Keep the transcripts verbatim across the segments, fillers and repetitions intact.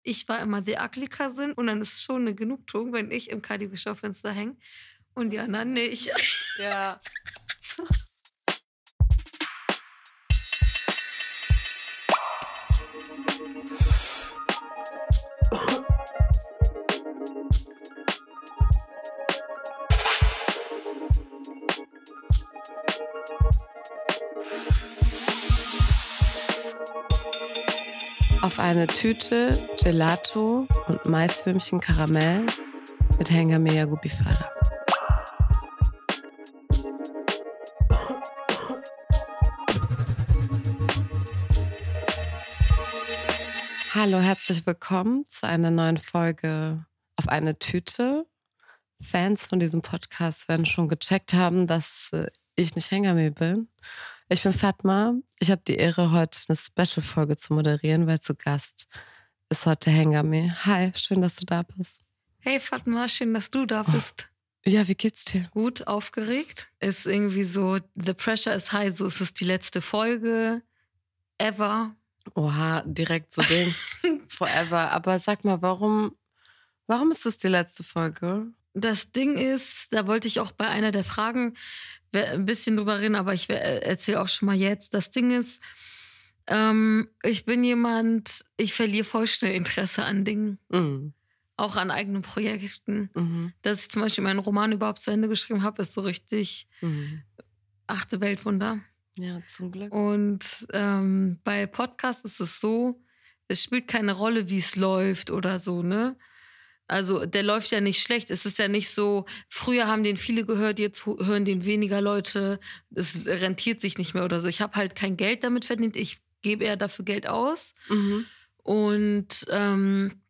ich war immer the ugly cousin und dann ist es schon eine Genugtuung, wenn ich im Cardi B Schaufenster hänge und die anderen nicht. Ja. Auf eine Tüte Gelato und Maiswürmchen Karamell mit Hengame Yagubi Farah. Hallo, herzlich willkommen zu einer neuen Folge Auf eine Tüte. Fans von diesem Podcast werden schon gecheckt haben, dass äh, ich nicht Hengame bin. Ich bin Fatma. Ich habe die Ehre, heute eine Special-Folge zu moderieren, weil zu Gast ist heute Hengame. Hi, schön, dass du da bist. Hey Fatma, schön, dass du da bist. Ja, wie geht's dir? Gut, aufgeregt. Ist irgendwie so, the pressure is high, so ist es die letzte Folge ever. Oha, direkt so Dings. Forever. Aber sag mal, warum, warum ist das die letzte Folge? Das Ding ist, da wollte ich auch bei einer der Fragen ein bisschen drüber reden, aber ich erzähle auch schon mal jetzt. Das Ding ist, ähm, ich bin jemand, ich verliere voll schnell Interesse an Dingen. Mhm. Auch an eigenen Projekten. Mhm. Dass ich zum Beispiel meinen Roman überhaupt zu Ende geschrieben habe, ist so richtig Mhm. achte Weltwunder. Ja, zum Glück. Und ähm, bei Podcasts ist es so, es spielt keine Rolle, wie es läuft oder so, ne? Also der läuft ja nicht schlecht. Es ist ja nicht so, früher haben den viele gehört, jetzt hören den weniger Leute. Es rentiert sich nicht mehr oder so. Ich habe halt kein Geld damit verdient. Ich gebe eher dafür Geld aus. Mhm. Und ähm,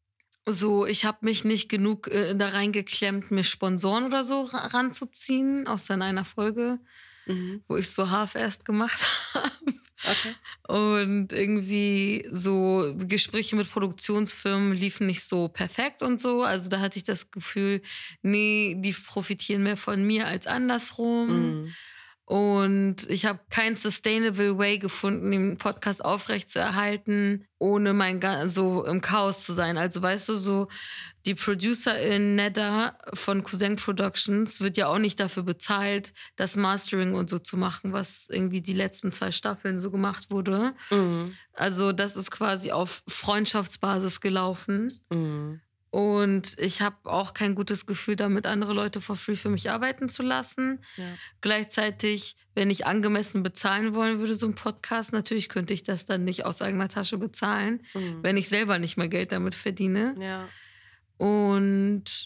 so, ich habe mich nicht genug äh, da reingeklemmt, mir Sponsoren oder so ra- ranzuziehen, außer in einer Folge, Mhm. wo ich so half-erst gemacht habe. Okay. Und irgendwie so Gespräche mit Produktionsfirmen liefen nicht so perfekt und so. Also da hatte ich das Gefühl, nee, die profitieren mehr von mir als andersrum. Mhm. Und ich habe kein sustainable way gefunden, den Podcast aufrechtzuerhalten, ohne mein Ga- so im Chaos zu sein. Also weißt du, so die Producerin Nedda von Cousin Productions wird ja auch nicht dafür bezahlt, das Mastering und so zu machen, was irgendwie die letzten zwei Staffeln so gemacht wurde. Mhm. Also das ist quasi auf Freundschaftsbasis gelaufen. Mhm. Und ich habe auch kein gutes Gefühl damit, andere Leute for free für mich arbeiten zu lassen. Ja. Gleichzeitig, wenn ich angemessen bezahlen wollen würde, so ein Podcast, natürlich könnte ich das dann nicht aus eigener Tasche bezahlen, Mhm. wenn ich selber nicht mehr Geld damit verdiene. Ja. Und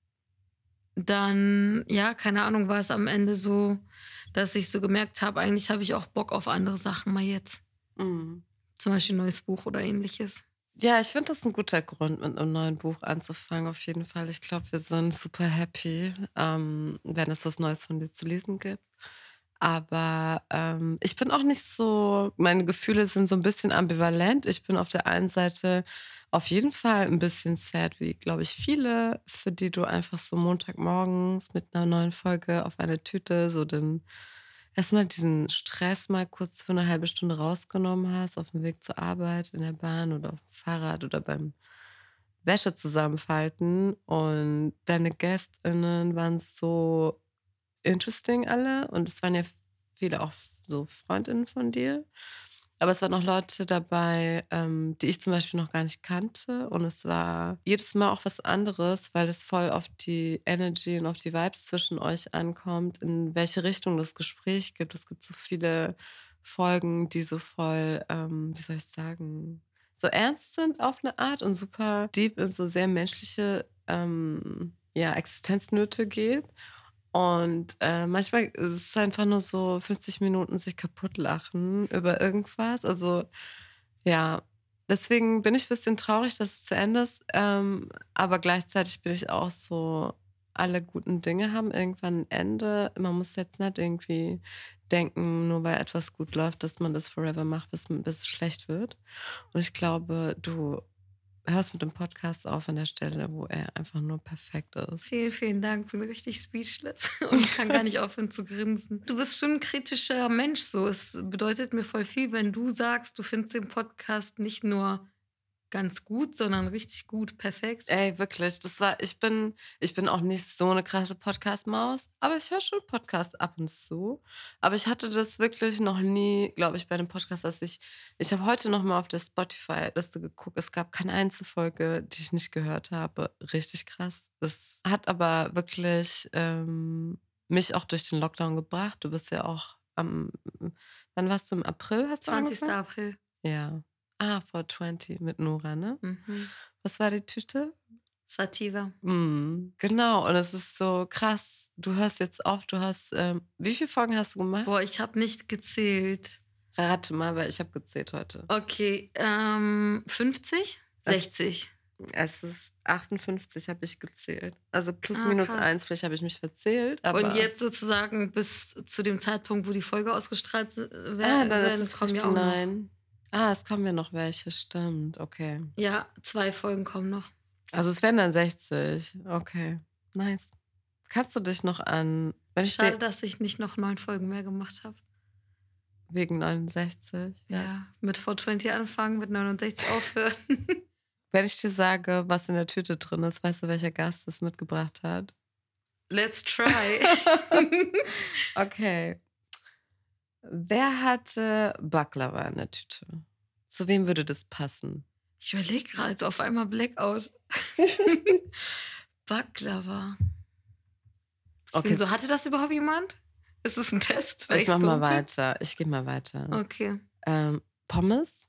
dann, ja, keine Ahnung, war es am Ende so, dass ich so gemerkt habe, eigentlich habe ich auch Bock auf andere Sachen mal jetzt. Mhm. Zum Beispiel ein neues Buch oder ähnliches. Ja, ich finde das ein guter Grund, mit einem neuen Buch anzufangen, auf jeden Fall. Ich glaube, wir sind super happy, ähm, wenn es was Neues von dir zu lesen gibt. Aber ähm, ich bin auch nicht so, meine Gefühle sind so ein bisschen ambivalent. Ich bin auf der einen Seite auf jeden Fall ein bisschen sad, wie, glaube ich, viele, für die du einfach so Montagmorgens mit einer neuen Folge auf eine Tüte so den erstmal diesen Stress mal kurz für eine halbe Stunde rausgenommen hast, auf dem Weg zur Arbeit, in der Bahn oder auf dem Fahrrad oder beim Wäsche zusammenfalten. Und deine GästInnen waren so interesting alle. Und es waren ja viele auch so Freundinnen von dir. Aber es waren auch Leute dabei, ähm, die ich zum Beispiel noch gar nicht kannte. Und es war jedes Mal auch was anderes, weil es voll auf die Energy und auf die Vibes zwischen euch ankommt, in welche Richtung das Gespräch gibt. Es gibt so viele Folgen, die so voll, ähm, wie soll ich sagen, so ernst sind auf eine Art und super deep in so sehr menschliche ähm, ja, Existenznöte geht. Und äh, manchmal ist es einfach nur so fünfzig Minuten sich kaputt lachen über irgendwas. Also ja, deswegen bin ich ein bisschen traurig, dass es zu Ende ist. Ähm, aber gleichzeitig bin ich auch so, alle guten Dinge haben irgendwann ein Ende. Man muss jetzt nicht irgendwie denken, nur weil etwas gut läuft, dass man das forever macht, bis, bis es schlecht wird. Und ich glaube, du hörst mit dem Podcast auf an der Stelle, wo er einfach nur perfekt ist. Vielen, vielen Dank. Bin richtig speechless und kann gar nicht aufhören zu grinsen. Du bist schon ein kritischer Mensch so. Es bedeutet mir voll viel, wenn du sagst, du findest den Podcast nicht nur ganz gut, sondern richtig gut, perfekt. Ey, wirklich, das war ich bin ich bin auch nicht so eine krasse Podcast-Maus, aber ich höre schon Podcasts ab und zu. Aber ich hatte das wirklich noch nie, glaube ich, bei 'nem Podcast, dass ich ich habe heute noch mal auf der Spotify-Liste geguckt. Es gab keine einzige Folge, die ich nicht gehört habe. Richtig krass. Das hat aber wirklich, ähm, mich auch durch den Lockdown gebracht. Du bist ja auch am wann warst du? Im April hast du zwanzigster angefangen? April. Ja. Ah, four twenty mit Nora, ne? Mhm. Was war die Tüte? Sativa. Mhm, genau. Und es ist so krass. Du hörst jetzt auf, du hast, ähm wie viele Folgen hast du gemacht? Boah, ich habe nicht gezählt. Rate mal, weil ich habe gezählt heute. Okay, ähm, fünfzig? Es sechzig. es ist achtundfünfzig, habe ich gezählt. Also plus Ah, minus krass. eins, vielleicht habe ich mich verzählt, Und aber jetzt sozusagen bis zu dem Zeitpunkt, wo die Folge ausgestrahlt s ah, wer dann ist werden, es kommen ja auch noch. neunundfünfzig. Ah, es kommen ja noch welche, stimmt, okay. Ja, zwei Folgen kommen noch. Also, es wären dann sechzig. Okay, nice. Kannst du dich noch an wenn ich dir Schade, dass ich nicht noch neun Folgen mehr gemacht habe. wegen neunundsechzig, ja. Ja, mit four twenty anfangen, mit neunundsechzig aufhören. Wenn ich dir sage, was in der Tüte drin ist, weißt du, welcher Gast es mitgebracht hat? Let's try. Okay. Wer hatte Baklava in der Tüte? Zu wem würde das passen? Ich überlege gerade, so auf einmal Blackout. Baklava. Ich bin Okay, so, hatte das überhaupt jemand? Ist es ein Test? weil ich mach so mal dumm bin? weiter. Ich gehe mal weiter. Okay. Ähm, Pommes?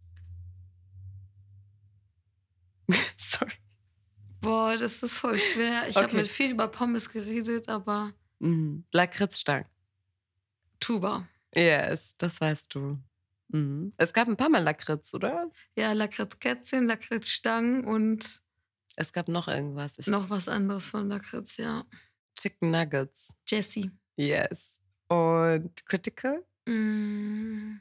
Sorry. Boah, das ist voll schwer. Ich habe Okay. mit vielen über Pommes geredet, aber Mhm. Lakritzstangen. Tuba. Yes, das weißt du. Mhm. Es gab ein paar Mal Lakritz, oder? Ja, Lakritzkätzchen, Lakritzstangen und Es gab noch irgendwas. Ich noch was anderes von Lakritz, ja. Chicken Nuggets. Jessie. Yes. Und Critical? Mm.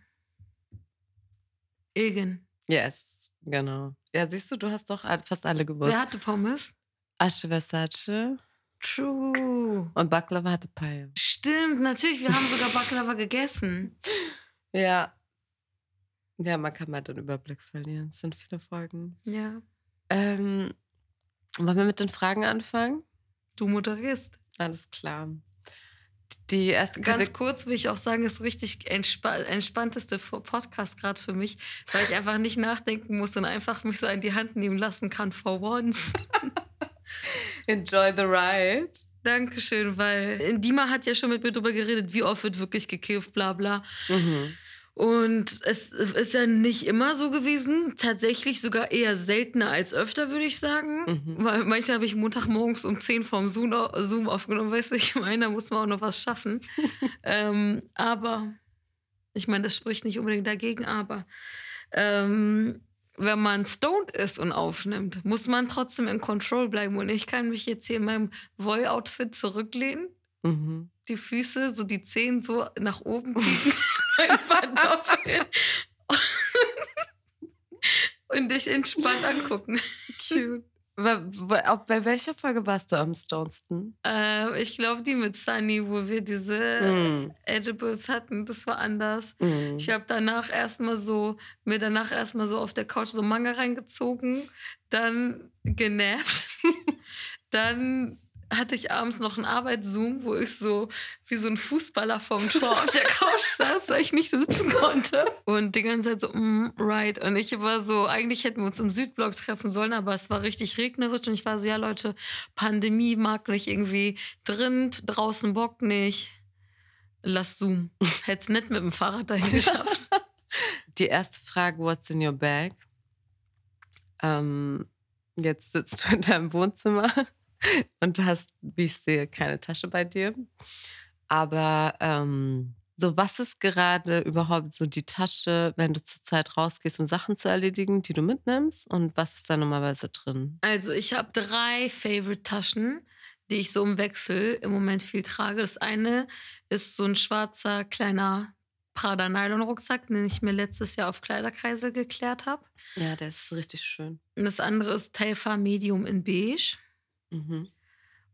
Ilgen. Yes, genau. Ja, siehst du, du hast doch all fast alle gewusst. Wer hatte Pommes? Asche Versace True. und Baklava hatte Paella. Stimmt, natürlich, wir haben sogar Baklava gegessen. Ja. Ja, man kann mal den Überblick verlieren. Es sind viele Folgen. Ja. Ähm, wollen wir mit den Fragen anfangen? Du moderierst. Alles klar. Die erste Ganz Kategorie. kurz will ich auch sagen, ist richtig entspa entspannteste Fo- Podcast gerade für mich, weil ich einfach nicht nachdenken muss und einfach mich so in die Hand nehmen lassen kann for once. Enjoy the ride. Dankeschön, weil Dima hat ja schon mit mir drüber geredet, wie oft wird wirklich gekifft, bla bla. Mhm. Und es ist ja nicht immer so gewesen. Tatsächlich sogar eher seltener als öfter, würde ich sagen. Mhm. Weil manchmal habe ich Montagmorgens um zehn vom Zoom, Zoom aufgenommen, weißt du, ich meine, da muss man auch noch was schaffen. ähm, aber, ich meine, das spricht nicht unbedingt dagegen, aber ähm, wenn man stoned ist und aufnimmt, muss man trotzdem in Control bleiben. Und ich kann mich jetzt hier in meinem Voy-Outfit zurücklehnen, Mhm. die Füße, so die Zehen so nach oben biegen, meine Pantoffeln und dich entspannt angucken. Cute. Wa- wa- auf- Bei welcher Folge warst du am stonedsten? Äh, ich glaube, die mit Sunny, wo wir diese Mm. Edibles hatten, das war anders. Mm. Ich habe danach erstmal so, mir danach erstmal so auf der Couch so Manga reingezogen, dann genappt. Dann hatte ich abends noch einen Arbeitszoom, wo ich so wie so ein Fußballer vom Tor auf der Couch saß, weil ich nicht sitzen konnte. Und die ganze Zeit so, mm, right. Und ich war so, eigentlich hätten wir uns im Südblock treffen sollen, aber es war richtig regnerisch. Und ich war so, ja Leute, Pandemie mag nicht irgendwie drin, draußen Bock nicht. Lass Zoom. Hätte es nicht mit dem Fahrrad dahin geschafft. Die erste Frage, what's in your bag? Ähm, jetzt sitzt du in deinem Wohnzimmer und hast, wie ich sehe, keine Tasche bei dir. Aber ähm, so, was ist gerade überhaupt so die Tasche, wenn du zurzeit rausgehst, um Sachen zu erledigen, die du mitnimmst? Und was ist da normalerweise drin? Also ich habe drei Favorite-Taschen, die ich so im Wechsel im Moment viel trage. Das eine ist so ein schwarzer kleiner Prada-Nylon-Rucksack, den ich mir letztes Jahr auf Kleiderkreisel geklärt habe. Ja, der ist richtig schön. Und das andere ist Telfa Medium in Beige. Mhm.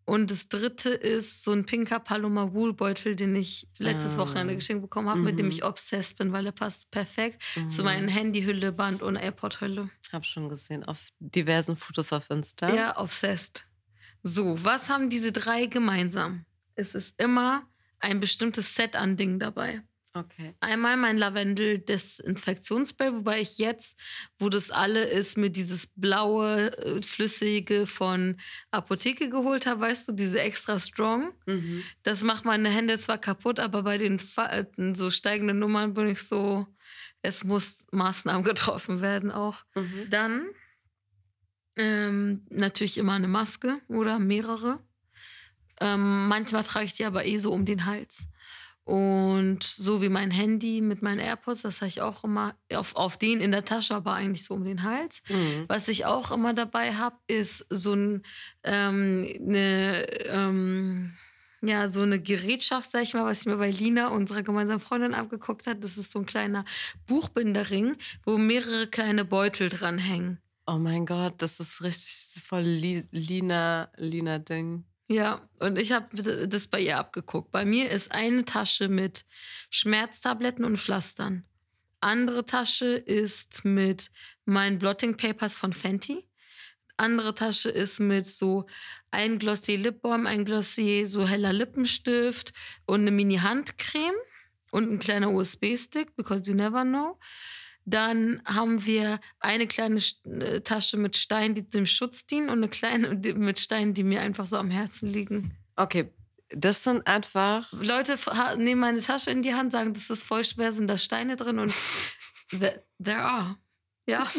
Und das dritte ist so ein pinker Paloma Woolbeutel, den ich letztes Ah. Wochenende geschenkt bekommen habe, mit dem Mhm. ich obsessed bin, weil er passt perfekt zu meinen Mhm. Handyhülle, Band und AirPod-Hülle. Habe schon gesehen auf diversen Fotos auf Insta. Ja, obsessed. So, was haben diese drei gemeinsam? Es ist immer ein bestimmtes Set an Dingen dabei. Okay. Einmal mein Lavendel-Desinfektionsspray, wobei ich jetzt, wo das alle ist, mir dieses blaue, äh, flüssige von Apotheke geholt habe, weißt du, diese extra strong. Mhm. Das macht meine Hände zwar kaputt, aber bei den Fa äh, so steigenden Nummern bin ich so, es muss Maßnahmen getroffen werden auch. Mhm. Dann ähm, natürlich immer eine Maske oder mehrere. Ähm, manchmal trage ich die aber eh so um den Hals. Und so wie mein Handy mit meinen AirPods, das habe ich auch immer auf, auf den in der Tasche, aber eigentlich so um den Hals. Mhm. Was ich auch immer dabei habe, ist so ein, ähm, eine, ähm, ja, so eine Gerätschaft, sag ich mal, was ich mir bei Lina, unserer gemeinsamen Freundin, abgeguckt hat. Das ist so ein kleiner Buchbinderring, wo mehrere kleine Beutel dran hängen. Oh mein Gott, das ist richtig voll Li Lina Lina-Ding. Ja, und ich habe das bei ihr abgeguckt. Bei mir ist eine Tasche mit Schmerztabletten und Pflastern. Andere Tasche ist mit meinen Blotting Papers von Fenty. Andere Tasche ist mit so ein Glossier Lip Balm, ein Glossier so heller Lippenstift und eine Mini-Handcreme und ein kleiner U S B-Stick, because you never know. Dann haben wir eine kleine St- äh, Tasche mit Steinen, die dem Schutz dienen und eine kleine die- mit Steinen, die mir einfach so am Herzen liegen. Okay, das sind einfach Leute f- ha- nehmen meine Tasche in die Hand, sagen, das ist voll schwer, sind da Steine drin und th- there are. Ja.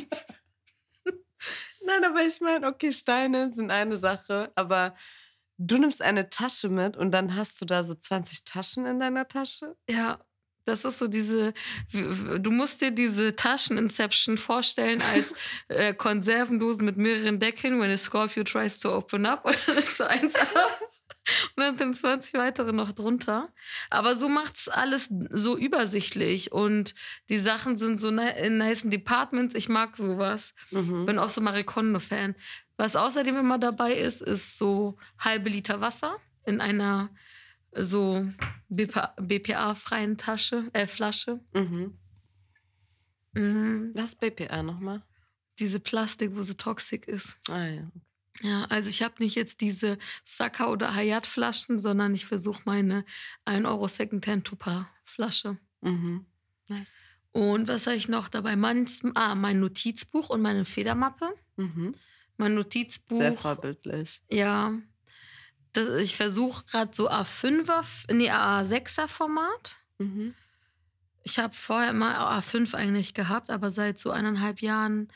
Nein, aber ich meine, okay, Steine sind eine Sache, aber du nimmst eine Tasche mit und dann hast du da so zwanzig Taschen in deiner Tasche? Ja, das ist so diese, w- w- du musst dir diese Taschen-Inception vorstellen als äh, Konservendosen mit mehreren Deckeln, when a Scorpio tries to open up und dann ist so eins ab und dann sind zwanzig weitere noch drunter. Aber so macht's alles so übersichtlich und die Sachen sind so ni in nice Departments. Ich mag sowas. Mhm. Bin auch so Marie Kondo-Fan. Was außerdem immer dabei ist, ist so halbe Liter Wasser in einer so B P A-freien Tasche, äh, Flasche. Mhm. Mhm. Was ist B P A nochmal? Diese Plastik, wo so toxisch ist. Ah ja. Ja, also ich habe nicht jetzt diese Saka- oder Hayat-Flaschen, sondern ich versuche meine ein Euro Secondhand-Tupper-Flasche. Mhm. Nice. Und was habe ich noch dabei? Manch, ah, mein Notizbuch und meine Federmappe. Mhm. Mein Sehr Notizbuch, vorbildlich. ja, das, ich versuche gerade so A fünfer, nee, A sechser Format. Mhm. Ich habe vorher immer A fünf eigentlich gehabt, aber seit so eineinhalb Jahren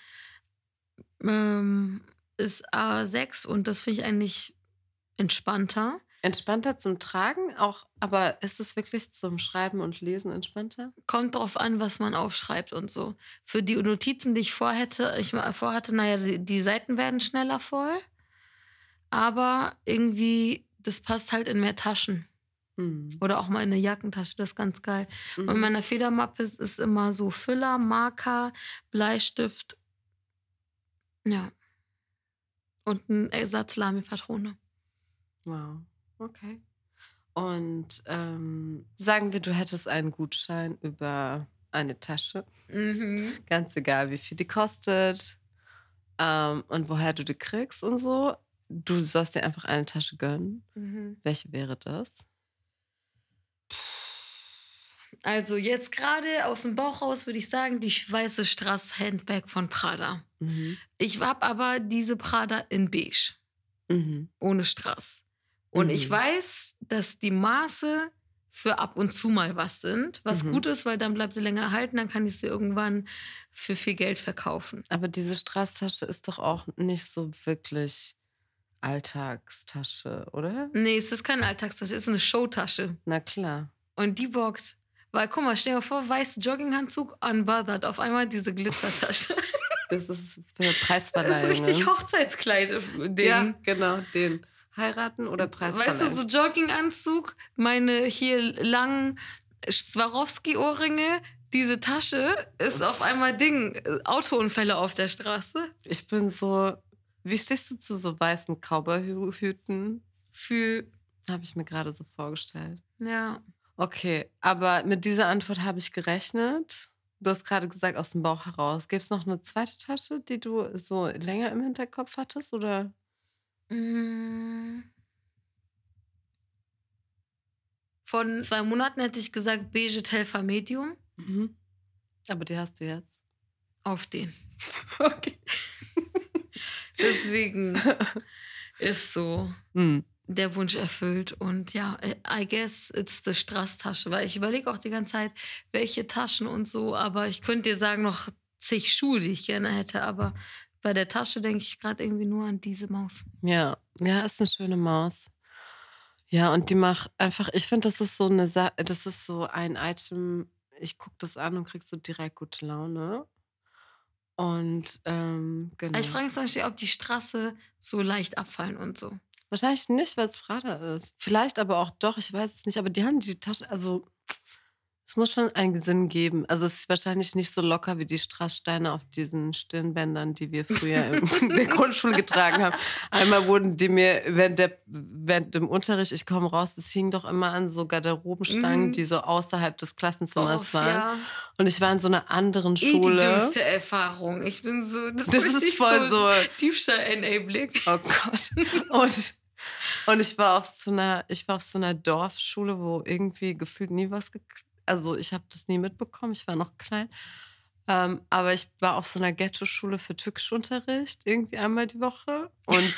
ähm, ist A sechs und das finde ich eigentlich entspannter. Entspannter zum Tragen, auch, aber ist es wirklich zum Schreiben und Lesen entspannter? Kommt drauf an, was man aufschreibt und so. Für die Notizen, die ich vorhätte, ich mal vorhatte, naja, die, die Seiten werden schneller voll, aber irgendwie, das passt halt in mehr Taschen. Mhm. Oder auch mal in eine Jackentasche, das ist ganz geil. Und in Mhm. meiner Federmappe ist, ist immer so Füller, Marker, Bleistift, ja. Und ein Ersatz Lamy-Patrone. Wow, okay. Und ähm, sagen wir, du hättest einen Gutschein über eine Tasche, Mhm. ganz egal, wie viel die kostet ähm, und woher du die kriegst und so. Du sollst dir einfach eine Tasche gönnen. Mhm. Welche wäre das? Also jetzt gerade aus dem Bauch raus würde ich sagen, die weiße Strass-Handbag von Prada. Mhm. Ich habe aber diese Prada in beige, Mhm. ohne Strass. Und ich Mhm. weiß, dass die Maße für ab und zu mal was sind, was Mhm. gut ist, weil dann bleibt sie länger erhalten, dann kann ich sie irgendwann für viel Geld verkaufen. Aber diese Straßtasche ist doch auch nicht so wirklich Alltagstasche, oder? Nee, es ist keine Alltagstasche, es ist eine Showtasche. Na klar. Und die bockt. Weil, guck mal, stell dir mal vor, weißer Jogginghandzug, unbothered, auf einmal diese Glitzertasche. Das ist für Das ist Preisverleihungen. richtig Hochzeitskleid-Ding. Ja, genau, den. Heiraten oder Weißt du, Preisverleihung. so Jogginganzug, meine hier langen Swarovski-Ohrringe, diese Tasche ist auf einmal Ding, äh, Autounfälle auf der Straße. Ich bin so. Wie stehst du zu so weißen Cowboy-Hüten? fühle. Habe ich mir gerade so vorgestellt. Ja. Okay, aber mit dieser Antwort habe ich gerechnet. Du hast gerade gesagt, aus dem Bauch heraus. Gibt es noch eine zweite Tasche, die du so länger im Hinterkopf hattest, oder? Mm. Von zwei Monaten hätte ich gesagt Beige Telfa Medium. Mhm. Aber die hast du jetzt. Auf den. Okay. Deswegen ist so Mhm. der Wunsch erfüllt. Und ja, I guess it's the Strasstasche. Weil ich überlege auch die ganze Zeit, welche Taschen und so. Aber ich könnte dir sagen, noch zig Schuhe, die ich gerne hätte. Aber bei der Tasche denke ich gerade irgendwie nur an diese Maus. Ja, ja, ist eine schöne Maus. Ja, und die macht einfach, ich finde, das ist so eine Sa das ist so ein Item, ich gucke das an und krieg so direkt gute Laune. Und, ähm, Aber ich genau. frage mich zum Beispiel, ob die Straße so leicht abfallen und so. Wahrscheinlich nicht, weil es Prada ist. Vielleicht aber auch doch, ich weiß es nicht. Aber die haben die Tasche, also es muss schon einen Sinn geben. Also es ist wahrscheinlich nicht so locker wie die Strasssteine auf diesen Stirnbändern, die wir früher in der Grundschule getragen haben. Einmal wurden die mir während, der, während dem Unterricht, ich komme raus, das hing doch immer an so Garderobenstangen, Mhm. die so außerhalb des Klassenzimmers Off, waren. ja. Und ich war in so einer anderen Eh die Schule. dümmste Erfahrung. Ich bin so, das, Das ist ist richtig voll so. Diebstahl-Enabling. Oh Gott. Und, und ich war auf so einer, ich war auf so einer Dorfschule, wo irgendwie gefühlt nie was geklappt. Also ich habe das nie mitbekommen, ich war noch klein. Ähm, aber ich war auf so einer Ghetto-Schule für Türkischunterricht, irgendwie einmal die Woche. Und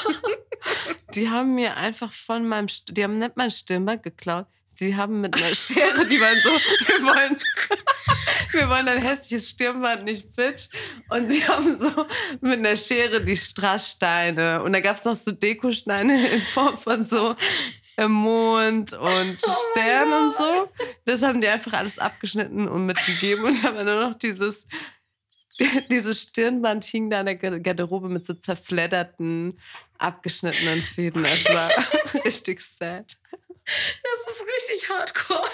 die haben mir einfach von meinem, St- die haben nicht mein Stirnband geklaut. Sie haben mit einer Schere, die waren so, wir wollen, wir wollen ein hässliches Stirnband, nicht Bitch. Und sie haben so mit einer Schere die Strasssteine. Und da gab es noch so Dekosteine in Form von so äh, Mond und Stern und so. Das haben die einfach alles abgeschnitten und mitgegeben. Und haben nur noch dieses, dieses Stirnband hing da in der Garderobe mit so zerfledderten, abgeschnittenen Fäden. Es war richtig sad. Das ist richtig hardcore.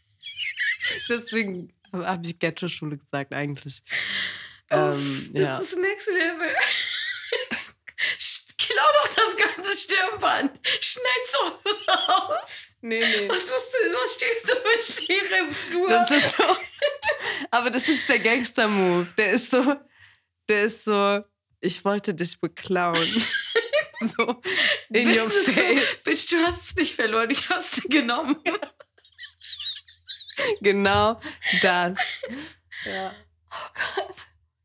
Deswegen habe ich Ghetto-Schule gesagt eigentlich. Uff, Ähm, das ja. ist next level. Klau doch das ganze Stirnband. Schnell zu Hause aus. Nee, nee. Was, musst du, was stehst du mit Schere im Flur? Das ist so. Aber das ist der Gangster-Move. Der ist so, der ist so, ich wollte dich beklauen. So, in your Bitch, so, face. Bitch, du hast es nicht verloren, ich hab's dir genommen. Genau das. Ja. Oh Gott.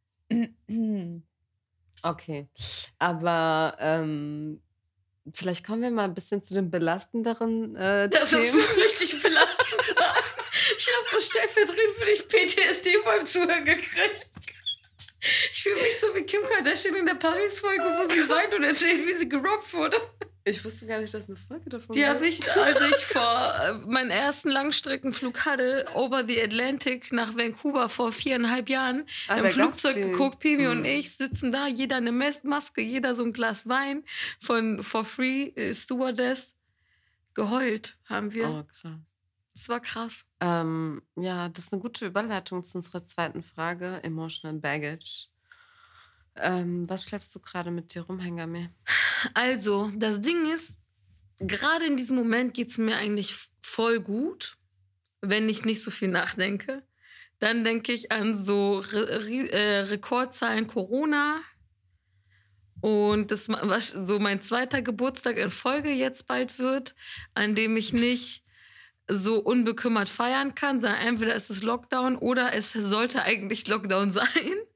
Okay. Aber ähm, vielleicht kommen wir mal ein bisschen zu den belastenderen äh, Das ist Themen. schon richtig belastend. Ich habe so stellvertretend für dich P T S D beim Zuhören gekriegt. Ich fühle mich so wie Kim Kardashian in der Paris-Folge, wo sie weint und erzählt, wie sie gerobbt wurde. Ich wusste gar nicht, dass eine Folge davon Die war. habe ich, als ich vor äh, meinen ersten Langstreckenflug hatte, over the Atlantic nach Vancouver vor viereinhalb Jahren, Ah, im da gab's Flugzeug den. geguckt. Pibi Hm. und ich sitzen da, jeder eine Mes- Maske, jeder so ein Glas Wein von for free, äh, Stewardess. Geheult haben wir. Oh, krass. Das war krass. Ähm, ja, das ist eine gute Überleitung zu unserer zweiten Frage, Emotional Baggage. Ähm, was schleppst du gerade mit dir rum, Hengame? Also, das Ding ist, gerade in diesem Moment geht es mir eigentlich f- voll gut, wenn ich nicht so viel nachdenke. Dann denke ich an so Re Re äh, Rekordzahlen Corona. Und das ma- was so mein zweiter Geburtstag in Folge jetzt bald wird, an dem ich nicht so unbekümmert feiern kann, sondern entweder ist es Lockdown oder es sollte eigentlich Lockdown sein.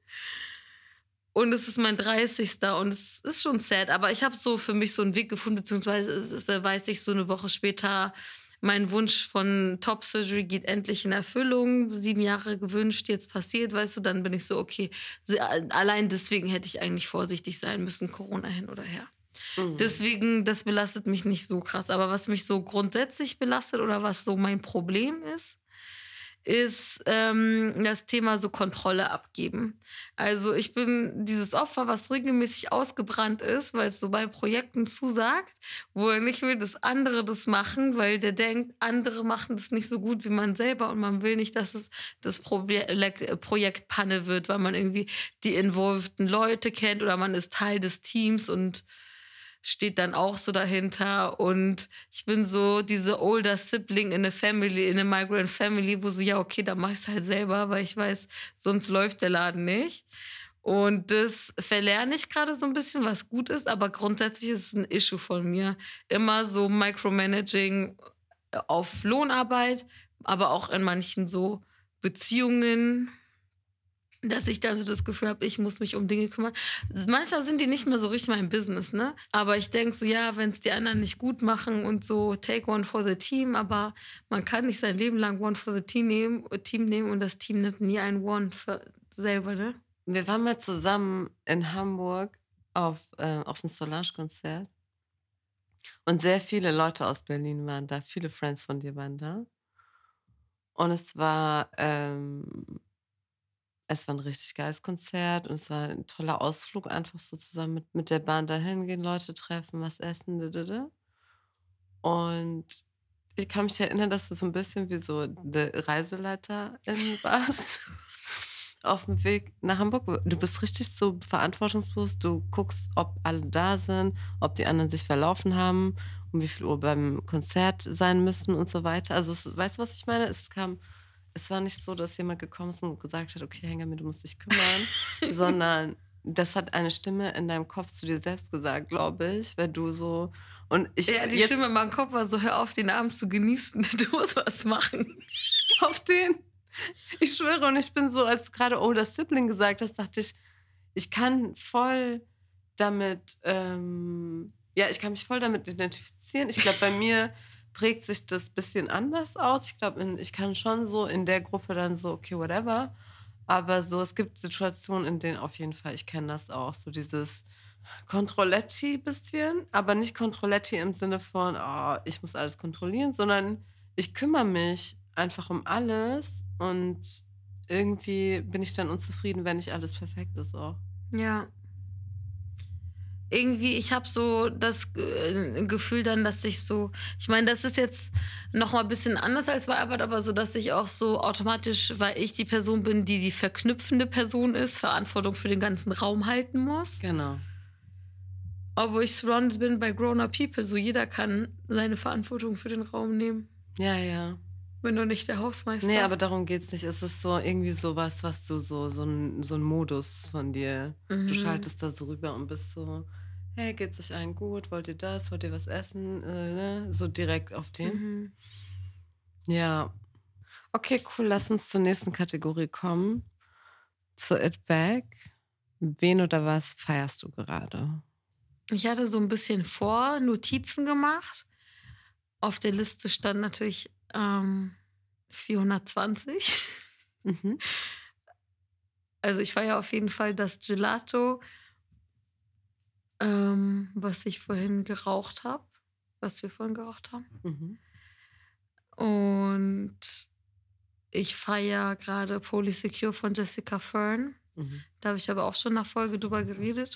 Und es ist mein dreißigster und es ist schon sad, aber ich habe so für mich so einen Weg gefunden, beziehungsweise es ist, da weiß ich so eine Woche später, mein Wunsch von Top Surgery geht endlich in Erfüllung. Sieben Jahre gewünscht, jetzt passiert, weißt du, dann bin ich so, okay, se- allein deswegen hätte ich eigentlich vorsichtig sein müssen, Corona hin oder her. Mhm. Deswegen, das belastet mich nicht so krass. Aber was mich so grundsätzlich belastet oder was so mein Problem ist, ist ähm, das Thema so Kontrolle abgeben. Also ich bin dieses Opfer, was regelmäßig ausgebrannt ist, weil es so bei Projekten zusagt, wo er nicht will, dass andere das machen, weil der denkt, andere machen das nicht so gut wie man selber und man will nicht, dass es das Proje Le- Projekt Panne wird, weil man irgendwie die involveden Leute kennt oder man ist Teil des Teams und steht dann auch so dahinter. Und ich bin so diese older Sibling in a family, in a migrant family, wo so, ja, okay, dann mach ich's halt selber, weil ich weiß, sonst läuft der Laden nicht. Und das verlerne ich gerade so ein bisschen, was gut ist, aber grundsätzlich ist es ein Issue von mir. Immer so Micromanaging auf Lohnarbeit, aber auch in manchen so Beziehungen, dass ich dann so das Gefühl habe, ich muss mich um Dinge kümmern. Manchmal sind die nicht mehr so richtig mein Business, ne? Aber ich denke so, ja, wenn es die anderen nicht gut machen und so, take one for the team, aber man kann nicht sein Leben lang one for the team nehmen, Team nehmen und das Team nimmt nie ein One für selber, ne? Wir waren mal zusammen in Hamburg auf, äh, auf 'n Solange-Konzert und sehr viele Leute aus Berlin waren da, viele Friends von dir waren da. Und es war, ähm es war 'n richtig geiles Konzert und es war 'n toller Ausflug, einfach so zusammen mit mit der Bahn dahin gehen, Leute treffen, was essen, d d d. Und ich kann mich erinnern, dass du so 'n bisschen wie so de Reiseleiterin warst auf'm Weg nach Hamburg. Du bist richtig so verantwortungsbewusst. Du guckst, ob alle da sind, ob die anderen sich verlaufen haben, um wie viel Uhr beim Konzert sein müssen und so weiter. Also, es weißt du, was ich meine? Es kam es war nicht so, dass jemand gekommen ist und gesagt hat: „Okay, Hengame, du musst dich kümmern“, sondern das hat eine Stimme in deinem Kopf zu dir selbst gesagt, glaube ich, weil du so und ich Ja, die jetzt Stimme in meinem Kopf war so: „Hör auf, den Abend zu genießen, du musst was machen.“ auf den ich schwöre und ich bin so, als du grade „older sibling“ gesagt hast, dachte ich, ich kann voll damit, ähm ja, ich kann mich voll damit identifizieren. Ich glaube, bei mir prägt sich das bisschen anders aus. Ich glaube, in ich kann schon so in der Gruppe dann so: „Okay, whatever.“ Aber so, es gibt Situationen, in denen auf jeden Fall ich kenne das auch, so dieses Controlletti bisschen, aber nicht Controlletti im Sinne von: „Oh, ich muss alles kontrollieren“, sondern ich kümmere mich einfach um alles und irgendwie bin ich dann unzufrieden, wenn nicht alles perfekt ist auch. Ja. Irgendwie, ich habe so das äh, Gefühl dann, dass ich so ich meine, das ist jetzt noch mal bisschen anders als bei Arbeit, aber so, dass ich auch so automatisch, weil ich die Person bin, die die verknüpfende Person ist, Verantwortung für den ganzen Raum halten muss. Genau. Obwohl ich surrounded bin by grown-up people, so jeder kann seine Verantwortung für den Raum nehmen, Ja, ja. wenn du nicht der Ne, Hausmeister. aber darum geht's nicht. Es ist so irgendwie so was, was du so so 'n so 'n Modus von dir du Mhm, schaltest da so rüber und bist so: „Hey, geht's euch allen gut? Wollt ihr das? Wollt ihr was essen?“ Äh, ne? So direkt auf den. mhm. Ja. Okay, cool. Lass uns zur nächsten Kategorie kommen, zu It Back. Wen oder was feierst du gerade? Ich hatte so 'n bisschen vor Notizen gemacht. Auf der Liste stand natürlich, ähm, vierhundertzwanzig. Mhm, Also, ich feiere auf jeden Fall das Gelato, ähm, was ich vorhin geraucht habe was wir vorhin geraucht haben. mhm, Und ich feiere grade „Polysecure“ von Jessica Fern. mhm, Da habe ich aber auch schon nach Folge drüber geredet.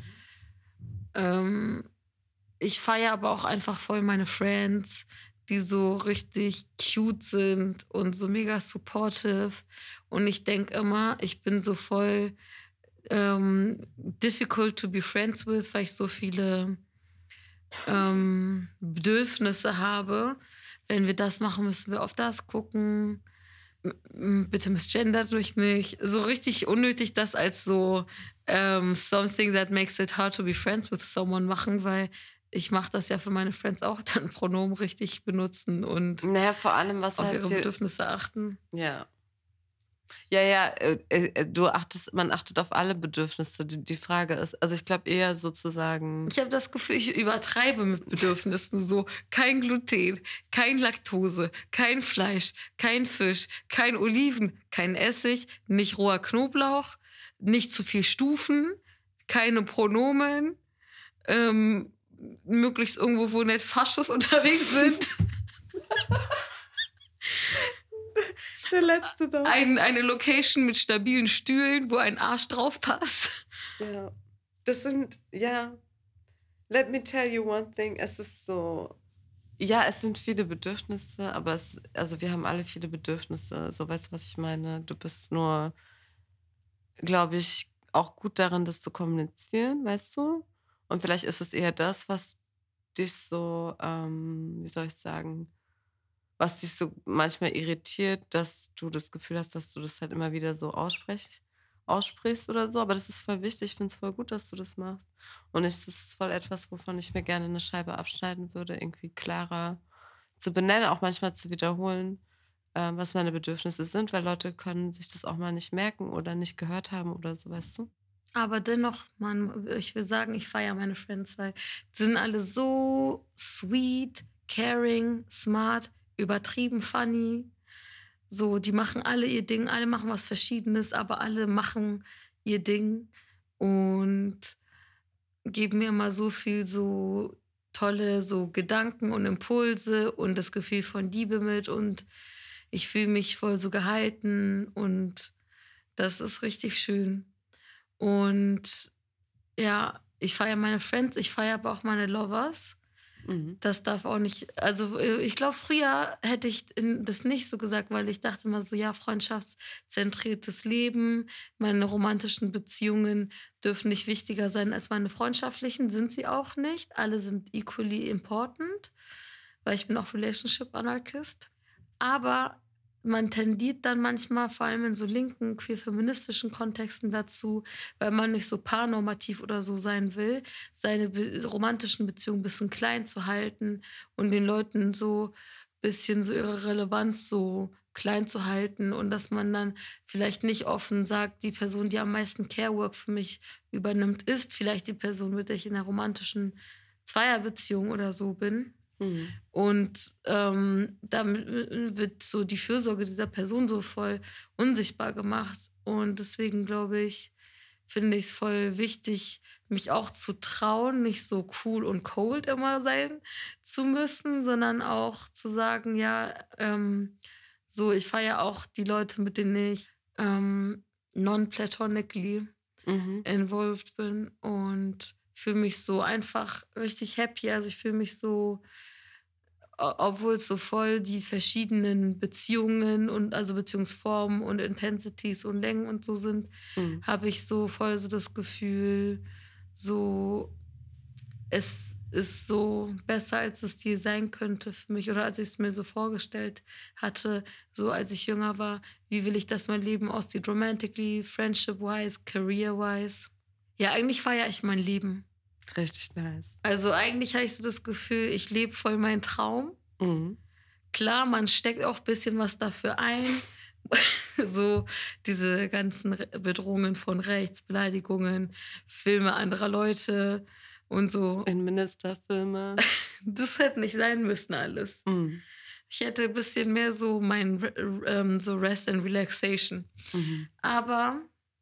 Ähm, ich feiere aber auch einfach voll meine Friends, die so richtig cute sind und so mega supportive. Und ich denke immer, ich bin so voll, ähm, difficult to be friends with, weil ich so viele, ähm, Bedürfnisse habe. Wenn wir das machen, müssen wir auf das gucken. M m bitte missgendert mich nicht. So richtig unnötig das als so, ähm, something that makes it hard to be friends with someone machen, weil ich mache das ja für meine Friends auch, dann Pronomen richtig benutzen und na ja, vor allem, was auf heißt ihre hier Bedürfnisse achten. ja. Ja, ja, äh, äh, du achtest man achtet auf alle Bedürfnisse. Die die Frage ist also, ich glaube eher sozusagen Ich habe das Gefühl, ich übertreibe mit Bedürfnissen so. Kein Gluten, kein Laktose, kein Fleisch, kein Fisch, kein Oliven, kein Essig, nicht roher Knoblauch, nicht zu viel Stufen, keine Pronomen, ähm, möglichst irgendwo, wo nicht Faschos unterwegs sind. der letzte doch. Ein eine Location mit stabilen Stühlen, wo ein Arsch drauf passt. Ja. Das sind ja, let me tell you one thing, es ist so ja, es sind viele Bedürfnisse, aber es also, wir haben alle viele Bedürfnisse. So, weißt du, was ich meine? Du bist nur, glaube ich, auch gut darin, das zu kommunizieren, weißt du? Und vielleicht ist es eher das, was dich so, ähm, wie soll ich sagen, was dich so manchmal irritiert, dass du das Gefühl hast, dass du das halt immer wieder so aussprech aussprichst oder so. Aber das ist voll wichtig. Ich finde es voll gut, dass du das machst. Und es ist voll etwas, wovon ich mir gerne eine Scheibe abschneiden würde, irgendwie klarer zu benennen, auch manchmal zu wiederholen, ähm, was meine Bedürfnisse sind, weil Leute können sich das auch mal nicht merken oder nicht gehört haben oder so, weißt du? Aber dennoch, man, ich will sagen, ich feiere meine Friends, weil die sind alle so sweet, caring, smart, übertrieben funny. So, die machen alle ihr Ding, alle machen was Verschiedenes, aber alle machen ihr Ding und geben mir immer so viel so tolle so Gedanken und Impulse und das Gefühl von Liebe mit und ich fühle mich voll so gehalten und das ist richtig schön. Und ja, ich feiere meine Friends, ich feiere aber auch meine Lovers. Mhm. Das darf auch nicht also, äh, ich glaube, früher hätte ich in das nicht so gesagt, weil ich dachte immer so: „Ja, freundschaftszentriertes Leben. Meine romantischen Beziehungen dürfen nicht wichtiger sein als meine freundschaftlichen.“ Sind sie auch nicht. Alle sind equally important, weil ich bin auch Relationship Anarchist. Aber man tendiert dann manchmal, vor allem in so linken, queer-feministischen Kontexten dazu, weil man nicht so paarnormativ oder so sein will, seine be romantischen Beziehungen ein bisschen klein zu halten und den Leuten so bisschen so ihre Relevanz so klein zu halten und dass man dann vielleicht nicht offen sagt, die Person, die am meisten Care-Work für mich übernimmt, ist vielleicht die Person, mit der ich in 'ner romantischen Zweierbeziehung oder so bin. Mhm. Und, ähm, damit wird so die Fürsorge dieser Person so voll unsichtbar gemacht. Und deswegen glaube ich finde ich's voll wichtig, mich auch zu trauen, nicht so cool und cold immer sein zu müssen, sondern auch zu sagen: „Ja, ähm, so, ich feiere auch die Leute, mit denen ich, ähm, non-platonically Mhm. involved bin und fühle mich so einfach richtig happy.“ Also, ich fühle mich so o obwohl es so voll die verschiedenen Beziehungen und also Beziehungsformen und Intensities und Längen und so sind, Mhm. habe ich so voll so das Gefühl, so es ist so besser, als es je sein könnte für mich oder als ich's mir so vorgestellt hatte, so als ich jünger war. Wie will ich, dass mein Leben aussieht romantically, friendship-wise, career-wise? Ja, eigentlich feiere ich mein Leben. Richtig nice. Also, eigentlich habe ich so das Gefühl, ich lebe voll meinen Traum. Mhm. Klar, man steckt auch bisschen was dafür ein. So diese ganzen R Bedrohungen von rechts, Beleidigungen, Filme anderer Leute und so. Feministerfilme. Das hätte nicht sein müssen alles. Mhm. Ich hätte ein bisschen mehr so mein R r ähm, so Rest and Relaxation. Mhm. Aber,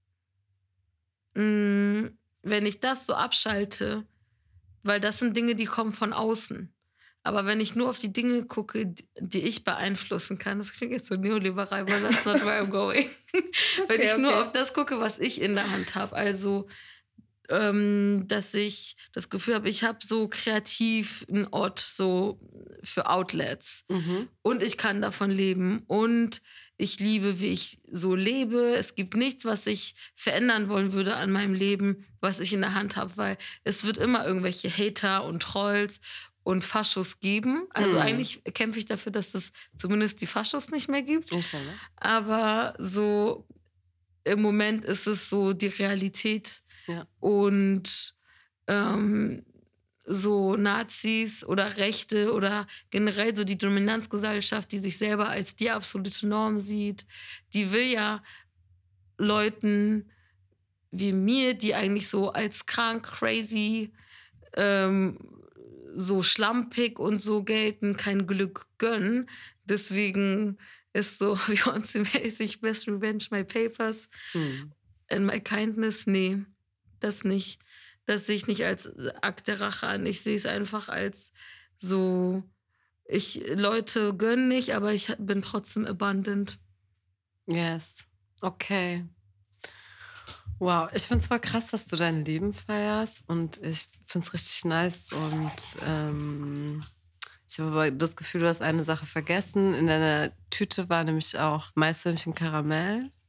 hm, wenn ich das so abschalte, weil das sind Dinge, die kommen von außen. Aber wenn ich nur auf die Dinge gucke, d die ich beeinflussen kann, das klingt jetzt so neoliberal, but that's not where I'm going. Wenn Okay, ich nur okay. auf das gucke, was ich in der Hand habe, also, ähm, dass ich das Gefühl habe, ich habe so kreativ 'n Ort so für Outlets Mhm. und ich kann davon leben und ich liebe, wie ich so lebe. Es gibt nichts, was ich verändern wollen würde an meinem Leben, was ich in der Hand habe, weil es wird immer irgendwelche Hater und Trolls und Faschos geben. Also, Mhm. eigentlich kämpfe ich dafür, dass es zumindest die Faschos nicht mehr gibt. Inshallah. Aber so im Moment ist es so die Realität Ja. und, ähm, so Nazis oder Rechte oder generell so die Dominanzgesellschaft, die sich selber als die absolute Norm sieht, die will ja Leuten wie mir, die eigentlich so als krank, crazy, ähm, so schlampig und so gelten, kein Glück gönnen. Deswegen ist so Beyoncé-mäßig „Best revenge my papers Mhm. and my kindness“, ne, das nicht. Das sehe ich nicht als, äh, Akt der Rache an. Ich sehe es einfach als so ich Leute gönnen nicht, aber ich ha bin trotzdem abundant. Yes. Okay. Wow, ich finde es voll krass, dass du dein Leben feierst und ich finde es richtig nice und, ähm, ich habe aber das Gefühl, du hast eine Sache vergessen. In deiner Tüte war nämlich auch Maiswürmchen Karamell.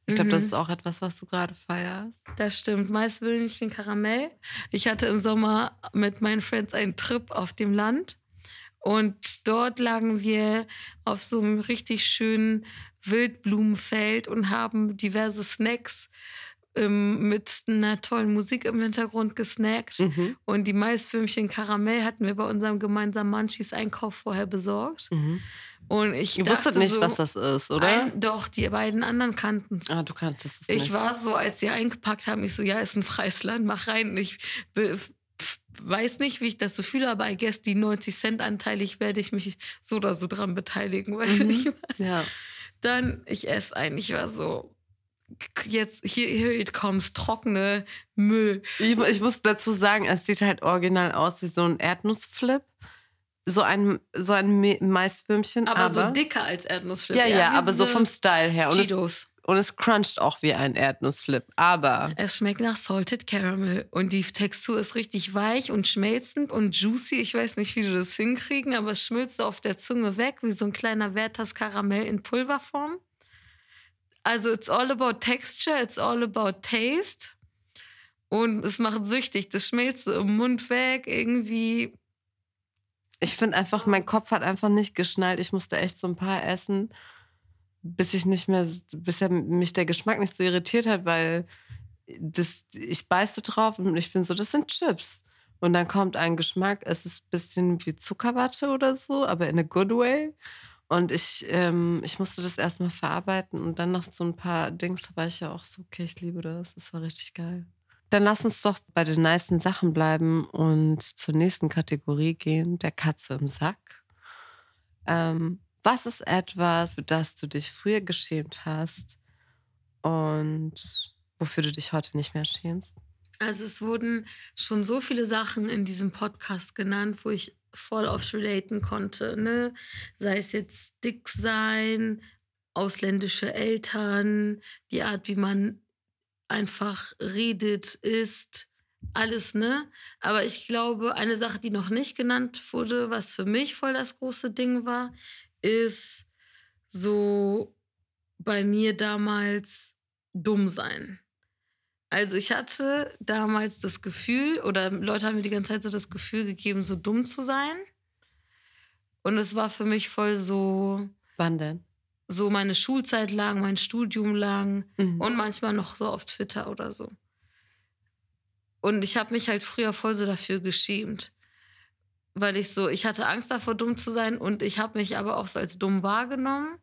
Ich glaube, das Mhm. ist auch etwas, was du gerade feierst. Das stimmt. Maiswürmchen Karamell. Ich hatte im Sommer mit meinen Friends einen Trip auf dem Land und dort lagen wir auf so einem richtig schönen Wildblumenfeld und haben diverse Snacks, ähm, mit einer tollen Musik im Hintergrund gesnackt. Mhm. Und die Maiswürmchen Karamell hatten wir bei unserem gemeinsamen Munchies-Einkauf vorher besorgt. Mhm. Und ich Ihr wusstet dachte nicht, was so, das ist, oder? ein, doch, die beiden anderen kannten's. Ah, du kanntest es Ich nicht. war so, als sie eingepackt haben, ich so, ja, ist ein freies Land, mach rein. Und ich be- f- weiß nicht, wie ich das so fühle, aber I guess die neunzig Cent anteilig werde ich mich so oder so dran beteiligen. Weißt du, Mhm. ich meine? Ja. Dann, ich esse ein. Ich war so, k- jetzt, hier, here it comes, trockene Müll. Ich, ich muss dazu sagen, es sieht halt original aus wie so ein Erdnussflip. So ein, so ein Me- Maiswürmchen, Aber, aber... so dicker als Erdnussflip. ja, eher ja, wie aber so diese vom Style her. Und es, Cheetos. und es cruncht auch wie ein Erdnussflip. Aber Es schmeckt nach Salted Caramel und die Textur ist richtig weich und schmelzend und juicy. Ich weiß nicht, wie du das hinkriegen, aber es schmilzt so auf der Zunge weg, wie so ein kleiner Werthers Karamell in Pulverform. Also it's all about texture, it's all about taste und es macht süchtig. Das schmilzt so im Mund weg, irgendwie. ich finde einfach, mein Kopf hat einfach nicht geschnallt. Ich musste echt so ein paar essen, bis ich nicht mehr, bis er mich der Geschmack nicht so irritiert hat, weil das, ich beiße drauf und ich bin so, das sind Chips. Und dann kommt ein Geschmack, es ist ein bisschen wie Zuckerwatte oder so, aber in a good way. Und ich, ähm, ich musste das erstmal verarbeiten und dann nach so ein paar Dings war ich ja auch so, okay, ich liebe das. Das war richtig geil. Dann lass uns doch bei den nicen Sachen bleiben und zur nächsten Kategorie gehen, der Katze im Sack. Ähm, was ist etwas, für das du dich früher geschämt hast und wofür du dich heute nicht mehr schämst? Also es wurden schon so viele Sachen in diesem Podcast genannt, wo ich voll oft relaten konnte. Ne? Sei es jetzt dick sein, ausländische Eltern, die Art, wie man einfach redet, isst, alles, ne? Aber ich glaube, eine Sache, die noch nicht genannt wurde, was für mich voll das große Ding war, ist so bei mir damals dumm sein. Also ich hatte damals das Gefühl, oder Leute haben mir die ganze Zeit so das Gefühl gegeben, so dumm zu sein. Und es war für mich voll so, Wann denn? so meine Schulzeit lang, mein Studium lang Mhm. und manchmal noch so auf Twitter oder so. Und ich habe mich halt früher voll so dafür geschämt, weil ich so, ich hatte Angst davor, dumm zu sein und ich habe mich aber auch so als dumm wahrgenommen.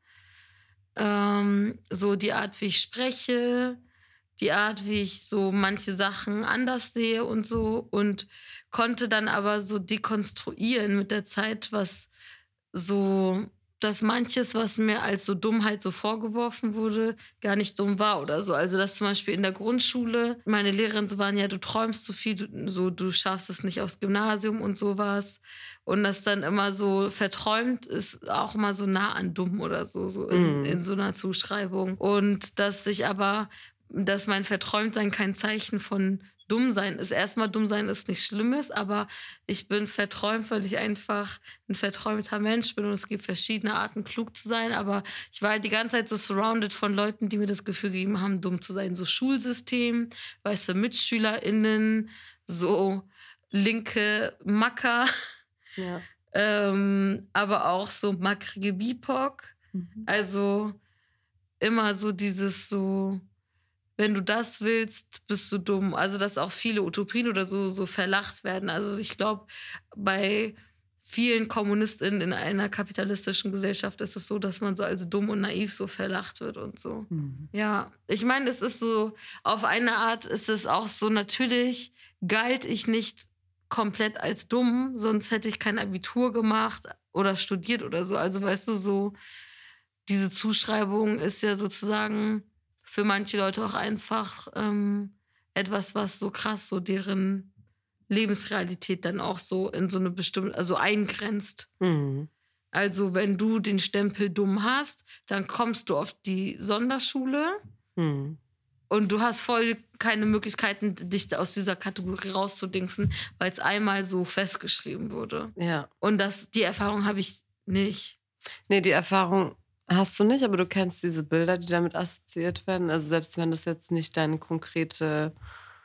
Ähm, so die Art, wie ich spreche, die Art, wie ich so manche Sachen anders sehe und so und konnte dann aber so dekonstruieren mit der Zeit, was so, dass manches, was mir als so Dummheit so vorgeworfen wurde, gar nicht dumm war oder so. Also, dass zum Beispiel in der Grundschule meine Lehrerinnen so waren, ja, du träumst zu viel, du, so, du schaffst es nicht aufs Gymnasium und sowas. Und das dann immer so verträumt ist auch immer so nah an dumm oder so, so in, Mhm. in so einer Zuschreibung. Und dass ich aber, dass mein Verträumtsein kein Zeichen von dumm sein ist. Erstmal dumm sein ist nichts Schlimmes, aber ich bin verträumt, weil ich einfach ein verträumter Mensch bin und es gibt verschiedene Arten, klug zu sein. Aber ich war halt die ganze Zeit so surrounded von Leuten, die mir das Gefühl gegeben haben, dumm zu sein. So Schulsystem, weißt du, MitschülerInnen, so linke Macker, Ja. ähm, aber auch so mackrige B I P O C. Mhm. Also immer so dieses so, wenn du das willst, bist du dumm. Also, dass auch viele Utopien oder so so verlacht werden. Also, ich glaube, bei vielen KommunistInnen in einer kapitalistischen Gesellschaft ist es so, dass man so als dumm und naiv so verlacht wird und so. Mhm. Ja, ich meine, es ist so, auf eine Art ist es auch so, natürlich galt ich nicht komplett als dumm, sonst hätte ich kein Abitur gemacht oder studiert oder so. Also, weißt du, so diese Zuschreibung ist ja sozusagen für manche Leute auch einfach ähm, etwas, was so krass so deren Lebensrealität dann auch so in so eine bestimmte, also eingrenzt. Mhm. Also wenn du den Stempel dumm hast, dann kommst du auf die Sonderschule Mhm. und du hast voll keine Möglichkeiten, dich aus dieser Kategorie rauszudingsen, weil es einmal so festgeschrieben wurde. Ja. Und das, die Erfahrung habe ich nicht. Nee, die Erfahrung Hast du nicht, aber du kennst diese Bilder, die damit assoziiert werden? Also, selbst wenn das jetzt nicht deine konkrete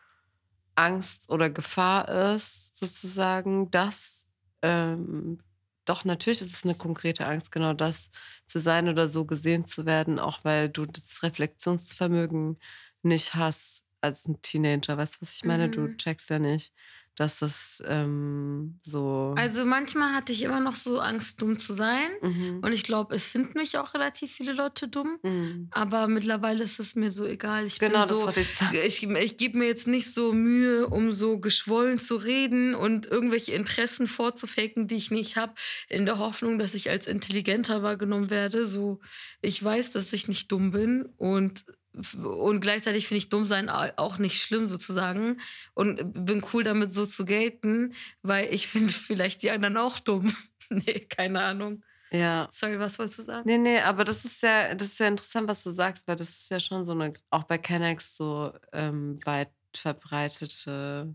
Angst oder Gefahr ist sozusagen, das ähm, doch, natürlich ist es 'ne konkrete Angst, genau das zu sein oder so gesehen zu werden, auch weil du das Reflexionsvermögen nicht hast als 'n Teenager. Weißt du, was ich meine? Du Mhm. checkst ja nicht, dass das, ähm, so Also, manchmal hatte ich immer noch so Angst, dumm zu sein. mhm, Und ich glaube, es finden mich auch relativ viele Leute dumm. mhm. Aber mittlerweile ist es mir so egal. Ich bin Genau, das so wollte ich sagen. ich ich gebe mir jetzt nicht so Mühe, um so geschwollen zu reden und irgendwelche Interessen vorzufaken, die ich nicht habe, in der Hoffnung, dass ich als intelligenter wahrgenommen werde. So, ich weiß, dass ich nicht dumm bin und f und gleichzeitig finde ich dumm sein a auch nicht schlimm sozusagen und bin cool damit, so zu gelten, weil ich finde vielleicht die anderen auch dumm. Ne, keine Ahnung. Ja. Sorry, was wolltest du sagen? Ne, ne, aber das ist ja das ist ja interessant, was du sagst, weil das ist ja schon so 'ne auch bei Kennex so, ähm, weit verbreitete,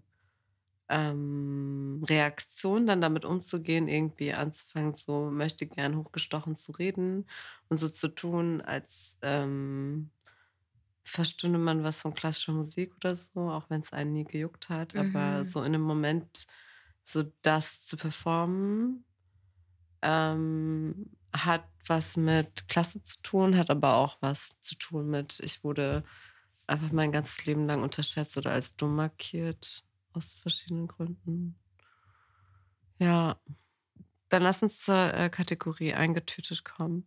ähm, Reaktion, dann damit umzugehen, irgendwie anzufangen, so möchtegern hochgestochen zu reden und so zu tun, als, ähm, verstünde man was von klassischer Musik oder so, auch wenn's einen nie gejuckt hat. Aber Mhm. so in 'nem Moment so das zu performen, ähm, hat was mit Klasse zu tun, hat aber auch was zu tun mit, ich wurde einfach mein ganzes Leben lang unterschätzt oder als dumm markiert aus verschiedenen Gründen. Ja, dann lass uns zur, äh, Kategorie eingetütet kommen.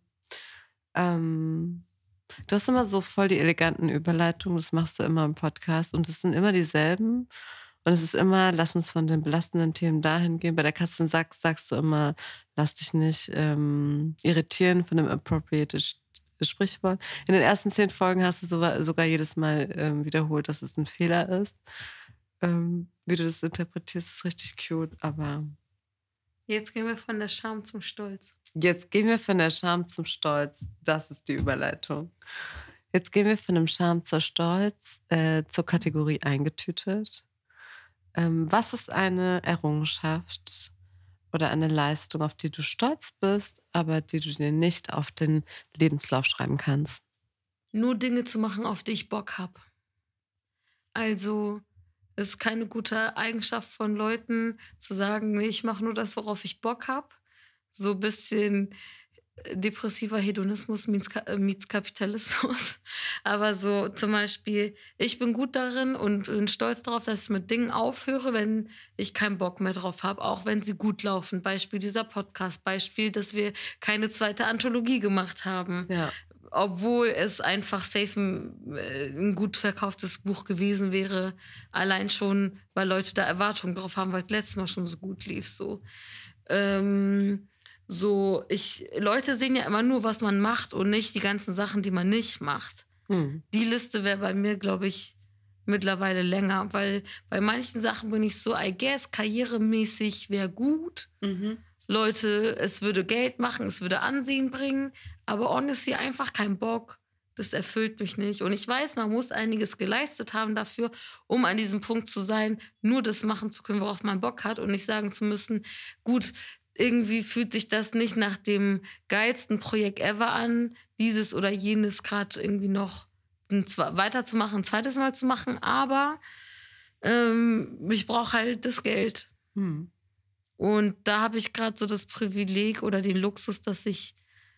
Ähm, du hast immer so voll die eleganten Überleitungen, das machst du immer im Podcast und es sind immer dieselben. Und es ist immer: „Lass uns von den belastenden Themen dahin gehen.“ Bei der Katze im Sack sagst du immer: „Lass dich nicht, ähm, irritieren von dem appropriated Sch Sprichwort.“ In den ersten zehn Folgen hast du sogar sogar jedes Mal, ähm, wiederholt, dass es 'n Fehler ist. Ähm, wie du das interpretierst, ist richtig cute, aber Jetzt gehen wir von der Scham zum Stolz. jetzt gehen wir von der Scham zum Stolz. Das ist die Überleitung. Jetzt gehen wir von dem Scham zur Stolz, äh, zur Kategorie eingetütet. Ähm, was ist eine Errungenschaft oder eine Leistung, auf die du stolz bist, aber die du dir nicht auf den Lebenslauf schreiben kannst? Nur Dinge zu machen, auf die ich Bock habe. Also, es ist keine gute Eigenschaft von Leuten zu sagen: „Ne, ich mache nur das, worauf ich Bock habe.“ So bisschen, äh, depressiver Hedonismus meets Ka äh, meets Kapitalismus. Aber so zum Beispiel, ich bin gut darin und bin stolz darauf, dass ich mit Dingen aufhöre, wenn ich keinen Bock mehr drauf habe, auch wenn sie gut laufen. Beispiel dieser Podcast, Beispiel, dass wir keine zweite Anthologie gemacht haben. Ja. Obwohl es einfach safe 'n äh, 'n gut verkauftes Buch gewesen wäre, allein schon, weil Leute da Erwartungen drauf haben, weil's letztes Mal schon so gut lief so. Ähm, so ich Leute sehen ja immer nur, was man macht und nicht die ganzen Sachen, die man nicht macht. Mhm. Die Liste wäre bei mir, glaube ich, mittlerweile länger, weil bei manchen Sachen bin ich so: „I guess karrieremäßig wäre gut.“ Mhm. Leute, es würde Geld machen, es würde Ansehen bringen, aber honestly einfach kein Bock. Das erfüllt mich nicht. Und ich weiß, man muss einiges geleistet haben dafür, um an diesem Punkt zu sein, nur das machen zu können, worauf man Bock hat und nicht sagen zu müssen: „Gut, irgendwie fühlt sich das nicht nach dem geilsten Projekt ever an, dieses oder jenes gerade irgendwie noch 'n zwe weiterzumachen, 'n zweites Mal zu machen, aber, ähm, ich brauche halt das Geld.“ Mhm. Und da habe ich gerade so das Privileg oder den Luxus, dass ich,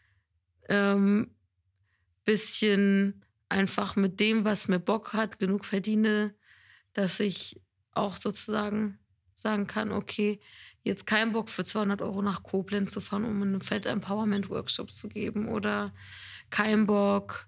ähm, bisschen einfach mit dem, was mir Bock hat, genug verdiene, dass ich auch sozusagen sagen kann: „Okay, jetzt keinen Bock für zweihundert Euro nach Koblenz zu fahren, um 'nen Fett-Empowerment-Workshop zu geben“, oder keinen Bock,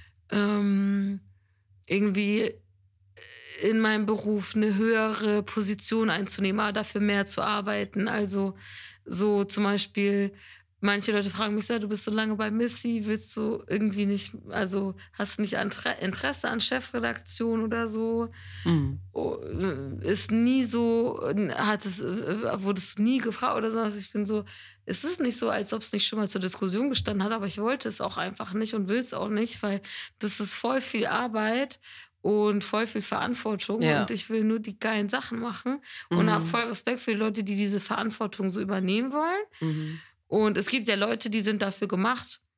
ähm, irgendwie in meinem Beruf 'ne höhere Position einzunehmen, aber dafür mehr zu arbeiten. Also, so zum Beispiel, manche Leute fragen mich so: „Ja, du bist so lange bei Missy, willst du irgendwie nicht also, hast du nicht Antre Interesse an Chefredaktion oder so?“ Mhm. O äh, ist nie so n hat es äh, wurdest du nie gefragt oder so was? Ich bin so, es ist nicht so, als ob's nicht schon mal zur Diskussion gestanden hat, aber ich wollte es auch einfach nicht und will's auch nicht, weil das ist voll viel Arbeit und voll viel Verantwortung und Ja. ich will nur die geilen Sachen machen und habe Mhm. voll Respekt für die Leute, die diese Verantwortung so übernehmen wollen. Mhm. Und es gibt ja Leute, die sind dafür gemacht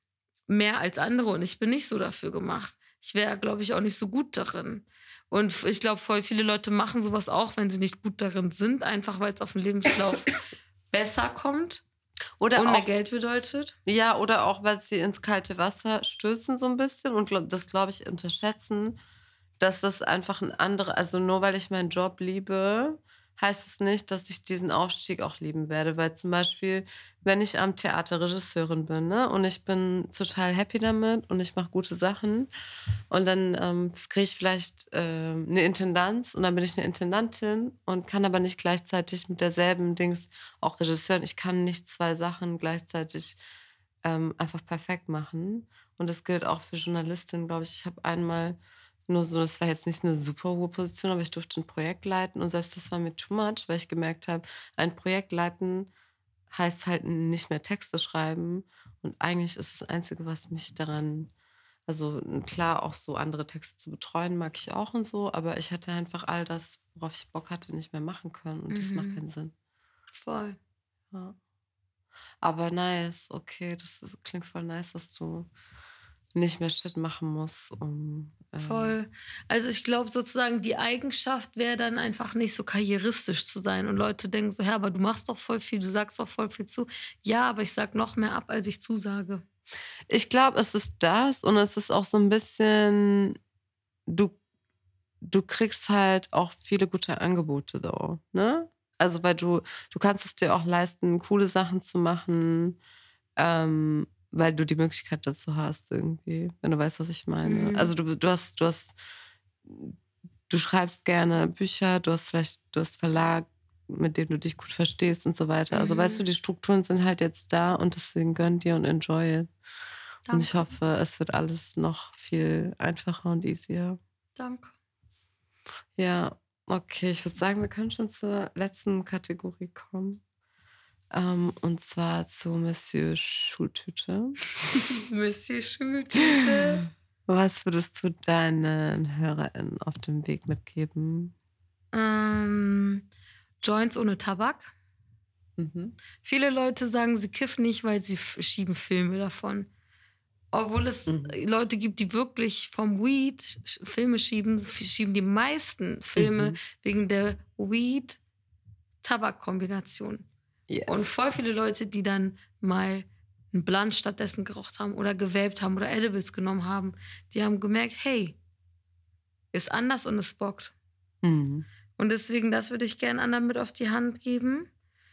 mehr als andere und ich bin nicht so dafür gemacht. Ich wäre, glaube ich, auch nicht so gut darin. Und f- ich glaube, voll viele Leute machen sowas auch, wenn sie nicht gut darin sind, einfach weil es auf den Lebenslauf besser kommt Oder und mehr auch, Geld bedeutet. ja, oder auch, weil sie ins kalte Wasser stürzen so ein bisschen und glaub, das, glaube ich, unterschätzen, dass das einfach ein anderer, also nur weil ich meinen Job liebe, heißt es nicht, dass ich diesen Aufstieg auch lieben werde. Weil zum Beispiel, wenn ich am Theater Regisseurin bin, ne, und ich bin total happy damit und ich mache gute Sachen und dann ähm, kriege ich vielleicht ähm, eine Intendanz und dann bin ich eine Intendantin und kann aber nicht gleichzeitig mit derselben Dings auch Regisseurin. Ich kann nicht zwei Sachen gleichzeitig ähm, einfach perfekt machen. Und das gilt auch für Journalistinnen, glaube ich. Ich habe einmal nur so, das war jetzt nicht eine super hohe Position, aber ich durfte ein Projekt leiten und selbst das war mir too much, weil ich gemerkt habe, ein Projekt leiten heißt halt nicht mehr Texte schreiben. Und eigentlich ist das Einzige, was mich daran, also n- klar, auch so andere Texte zu betreuen, mag ich auch und so, aber ich hätte einfach all das, worauf ich Bock hatte, nicht mehr machen können und das macht Mhm. keinen Sinn. Voll. Ja. Aber nice, okay, das ist, klingt voll nice, dass du nicht mehr Shit machen musst, um. Ähm, Voll. Also ich glaube sozusagen, die Eigenschaft wäre dann einfach nicht so karrieristisch zu sein. Und Leute denken so, ja, aber du machst doch voll viel, du sagst doch voll viel zu. Ja, aber ich sag noch mehr ab, als ich zusage. ich glaube, es ist das und es ist auch so ein bisschen, du, du kriegst halt auch viele gute Angebote, so, ne? Also, weil du, du kannst es dir auch leisten, coole Sachen zu machen, ähm, weil du die Möglichkeit dazu hast, irgendwie, wenn du weißt, was ich meine. Also Mhm. du, du hast, du hast du schreibst gerne Bücher, du hast vielleicht du hast Verlag, mit dem du dich gut verstehst und so weiter. Also, weißt du, Mhm. die Strukturen sind halt jetzt da und deswegen gönn dir und enjoy it. Und ich Danke, hoffe, es wird alles noch viel einfacher und easier. danke. Ja, okay, ich würde sagen, wir können schon zur letzten Kategorie kommen. Ähm, und zwar zu Monsieur Schultüte. Monsieur Schultüte. Was würdest du deinen HörerInnen auf dem Weg mitgeben? Ähm, Joints ohne Tabak. Mhm. Viele Leute sagen, sie kiffen nicht, weil sie f- schieben Filme davon. Obwohl es Mhm. Leute gibt, die wirklich vom Weed sch- Filme schieben, f- schieben die meisten Filme Mhm. wegen der Weed-Tabak-Kombination. Und Yes. voll viele Leute, die dann mal einen Blunt stattdessen geraucht haben oder gewaped haben oder Edibles genommen haben, die haben gemerkt, hey, ist anders und es bockt. Mhm. Und deswegen, das würde ich gerne anderen mit auf die Hand geben.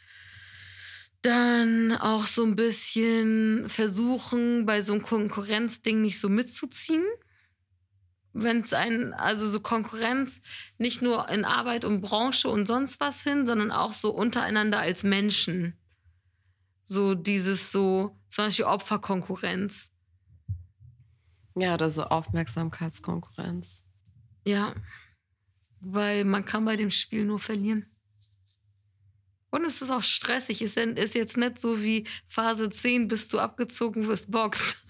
Dann auch so ein bisschen versuchen, bei so einem Konkurrenzding nicht so mitzuziehen. Wenn es ein also so Konkurrenz nicht nur in Arbeit und Branche und sonst was hin, sondern auch so untereinander als Menschen. So dieses so zum Beispiel Opferkonkurrenz. Ja, oder so Aufmerksamkeitskonkurrenz. Ja, weil man kann bei dem Spiel nur verlieren. Und es ist auch stressig. Es ist jetzt nicht so wie Phase zehn, bis du abgezogen wirst, Box.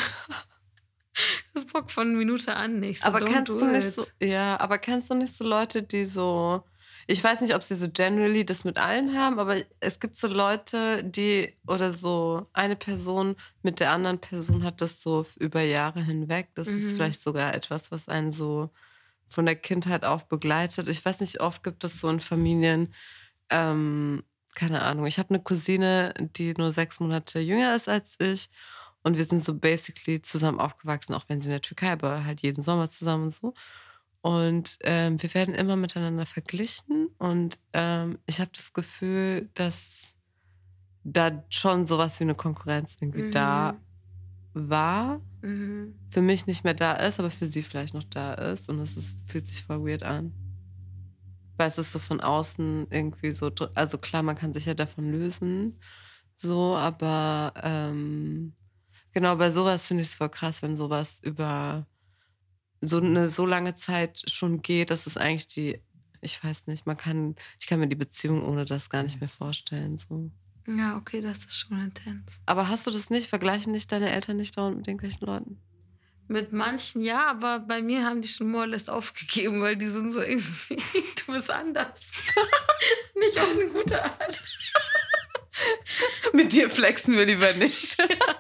Das bockt von Minute an nicht. So, Aber don't kennst do du nicht so, it. ja, aber kennst du nicht so Leute, die so, ich weiß nicht, ob sie so generally das mit allen haben, aber es gibt so Leute, die oder so eine Person mit der anderen Person hat das so über Jahre hinweg. Das ist Mhm. vielleicht sogar etwas, was einen so von der Kindheit auf begleitet. Ich weiß nicht, oft gibt es so in Familien, ähm, keine Ahnung. Ich habe eine Cousine, die nur sechs Monate jünger ist als ich. Und wir sind so basically zusammen aufgewachsen, auch wenn sie in der Türkei, aber halt jeden Sommer zusammen und so. Und ähm, wir werden immer miteinander verglichen. Und ähm, ich habe das Gefühl, dass da schon sowas wie eine Konkurrenz irgendwie da Mhm. war. Mhm. Für mich nicht mehr da ist, aber für sie vielleicht noch da ist. Und es ist, fühlt sich voll weird an. Weil es ist so von außen irgendwie so, dr- also klar, man kann sich ja davon lösen, so, aber ähm, genau, bei sowas finde ich es voll krass, wenn sowas über so eine so lange Zeit schon geht, dass es eigentlich die, ich weiß nicht, man kann, ich kann mir die Beziehung ohne das gar nicht mehr vorstellen, so. Ja, okay, das ist schon intens. Aber hast du das nicht? Vergleichen dich deine Eltern nicht dauernd mit irgendwelchen Leuten? Mit manchen ja, aber bei mir haben die schon more or less aufgegeben, weil die sind so irgendwie, du bist anders. Nicht auf eine gute Art. Mit dir flexen wir lieber nicht.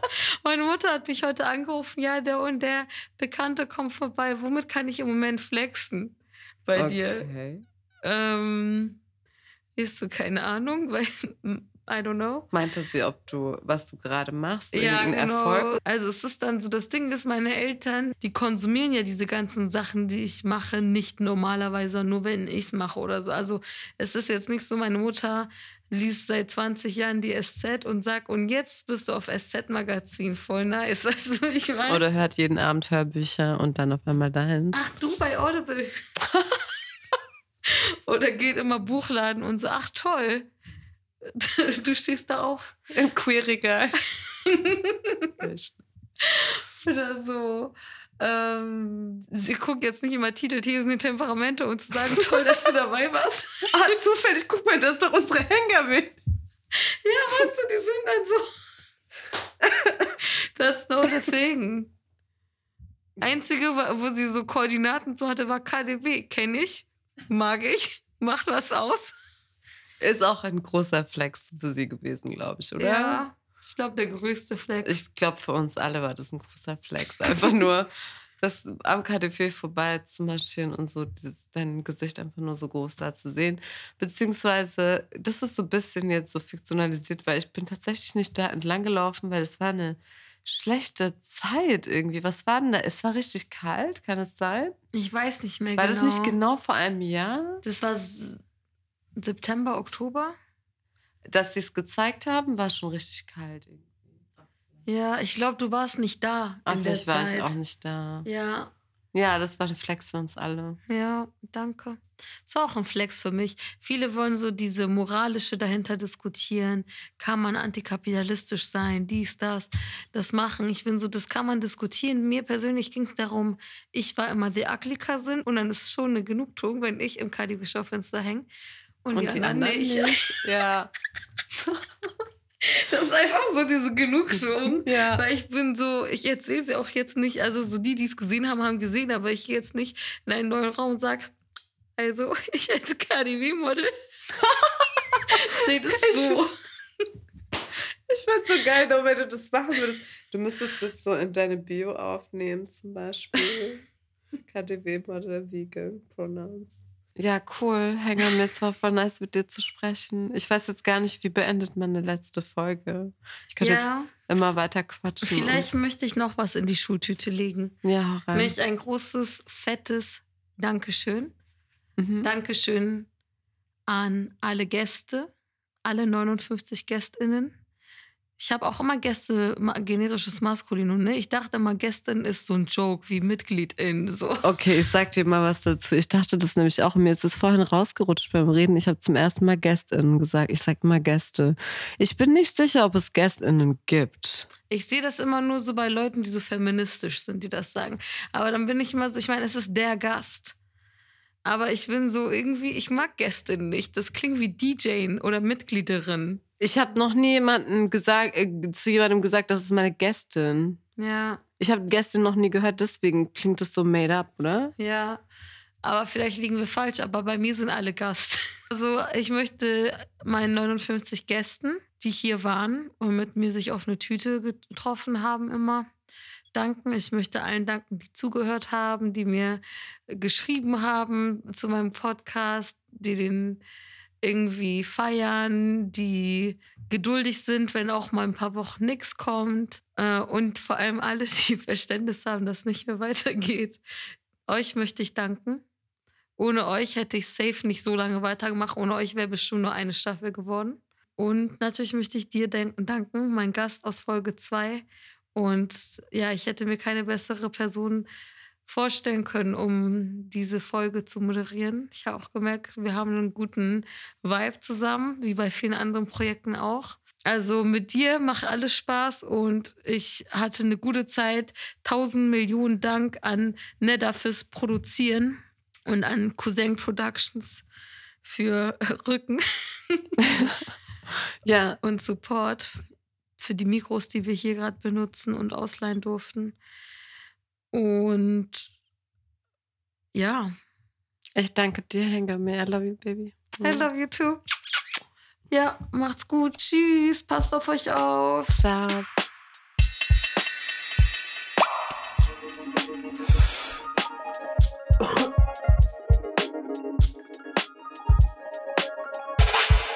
Meine Mutter hat mich heute angerufen, ja, der und der Bekannte kommt vorbei. Womit kann ich im Moment flexen bei dir? Okay. Ähm, Hast du keine Ahnung? Weil, I don't know. Meinte sie, ob du, was du gerade machst, Ja, irgendeinen genau. Erfolg? Also es ist dann so, das Ding ist, meine Eltern, die konsumieren ja diese ganzen Sachen, die ich mache, nicht normalerweise, nur wenn ich es mache oder so. Also es ist jetzt nicht so, meine Mutter liest seit zwanzig Jahren die S Z und sagt, und jetzt bist du auf S Z-Magazin, voll nice. Also ich meine, Oder hört jeden Abend Hörbücher und dann auf einmal dahin. ach du bei Audible. Oder geht immer Buchladen und so, ach toll. Du stehst da auch. Im Queerregal. Oder so. Ähm, sie guckt jetzt nicht immer Titel, Thesen, die Temperamente und zu sagen, toll, dass du dabei warst. Ah, zufällig, guck mal, das ist doch unsere Hängerbild. Ja, weißt du, die sind dann so. That's not a thing. Einzige, wo sie so Koordinaten so hatte, war K D W. Kenn ich, mag ich, macht was aus. Ist auch ein großer Flex für sie gewesen, glaube ich, oder? Ja, ich glaube, der größte Flex. Ich glaube, für uns alle war das ein großer Flex. Einfach nur, das am K D W vorbei zu marschieren und so dieses, dein Gesicht einfach nur so groß da zu sehen. Beziehungsweise, das ist so ein bisschen jetzt so fiktionalisiert, weil ich bin tatsächlich nicht da entlang gelaufen, weil es war eine schlechte Zeit irgendwie. Was war denn da? Es war richtig kalt, kann es sein? Ich weiß nicht mehr War genau. das nicht genau vor einem Jahr? Das war S- September, Oktober? Dass sie es gezeigt haben, war schon richtig kalt irgendwie. Ja, ich glaube, du warst nicht da Ach, in der vielleicht war Zeit. ich auch nicht da. Ja, Ja, das war ein Flex für uns alle. ja, danke. Ist auch ein Flex für mich. Viele wollen so diese moralische dahinter diskutieren. Kann man antikapitalistisch sein? Dies, das, das machen. Ich bin so, das kann man diskutieren. Mir persönlich ging es darum, ich war immer the ugly cousin und dann ist schon eine Genugtuung, wenn ich im K D W-Schaufenster hänge und, Und die, die anderen anderen nicht. nicht. Ja. Das ist einfach so diese Genugtuung. Ja. Weil ich bin so, ich erzähle sie auch jetzt nicht, also so die, die es gesehen haben, haben gesehen, aber ich gehe jetzt nicht in einen neuen Raum und sage, also ich als K D W-Model seht es so. Ich find's so geil, doch, wenn du das machen würdest. Du müsstest das so in deine Bio aufnehmen, zum Beispiel. K D W-Model, Vegan, Pronouns. Ja, cool. Hänger, mir es war voll nice, mit dir zu sprechen. Ich weiß jetzt gar nicht, wie beendet man eine letzte Folge. Ich könnte Ja, jetzt immer weiter quatschen. vielleicht möchte ich noch was in die Schultüte legen. Und, ja, hau rein. Nämlich ein großes, fettes Dankeschön. Mhm. Dankeschön an alle Gäste, alle neunundfünfzig GästInnen. Ich habe auch immer Gäste, ma- generisches Maskulinum, ne? Ich dachte immer, Gästin ist so ein Joke wie Mitgliedin, so. Okay, ich sag dir mal was dazu. Ich dachte das nämlich auch. Mir ist es vorhin rausgerutscht beim Reden. Ich habe zum ersten Mal GästInnen gesagt. Ich sag immer Gäste. Ich bin nicht sicher, ob es GästInnen gibt. Ich sehe das immer nur so bei Leuten, die so feministisch sind, die das sagen. Aber dann bin ich immer so, ich meine, es ist der Gast. Aber ich bin so irgendwie, ich mag Gästin nicht. Das klingt wie D J oder Mitgliederin. Ich habe noch nie jemanden gesagt, äh, zu jemandem gesagt, das ist meine Gästin. Ja, Ich habe Gästin noch nie gehört, deswegen klingt das so made up, oder? ja. Aber vielleicht liegen wir falsch, aber bei mir sind alle Gast. Also ich möchte meinen neunundfünfzig Gästen, die hier waren und mit mir sich auf eine Tüte getroffen haben immer, danken. Ich möchte allen danken, die zugehört haben, die mir geschrieben haben zu meinem Podcast, die den irgendwie feiern, die geduldig sind, wenn auch mal ein paar Wochen nichts kommt. Äh, Und vor allem alle, die Verständnis haben, dass es nicht mehr weitergeht. Euch möchte ich danken. Ohne euch hätte ich safe nicht so lange weitergemacht. Ohne euch wäre bestimmt nur eine Staffel geworden. Und natürlich möchte ich dir dan- danken, mein Gast aus Folge zwei. Und ja, ich hätte mir keine bessere Person vorstellen können, um diese Folge zu moderieren. Ich habe auch gemerkt, wir haben einen guten Vibe zusammen, wie bei vielen anderen Projekten auch. Also mit dir macht alles Spaß und ich hatte eine gute Zeit. Tausend Millionen Dank an Nedda fürs Produzieren und an Cousin Productions für Rücken Ja, und Support für die Mikros, die wir hier gerade benutzen und ausleihen durften. Und ja, ich danke dir, Hengame. I love you, baby. I love you too. Ja, macht's gut. Tschüss. Passt auf euch auf. Ciao.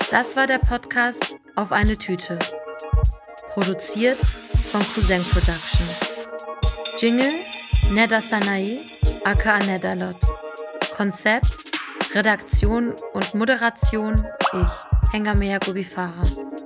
Das war der Podcast Auf eine Tüte. Produziert von Cousin Productions. Jingle Neda Sanae, aka Nedalot. Konzept, Redaktion und Moderation ich, Hengamea Gobifara.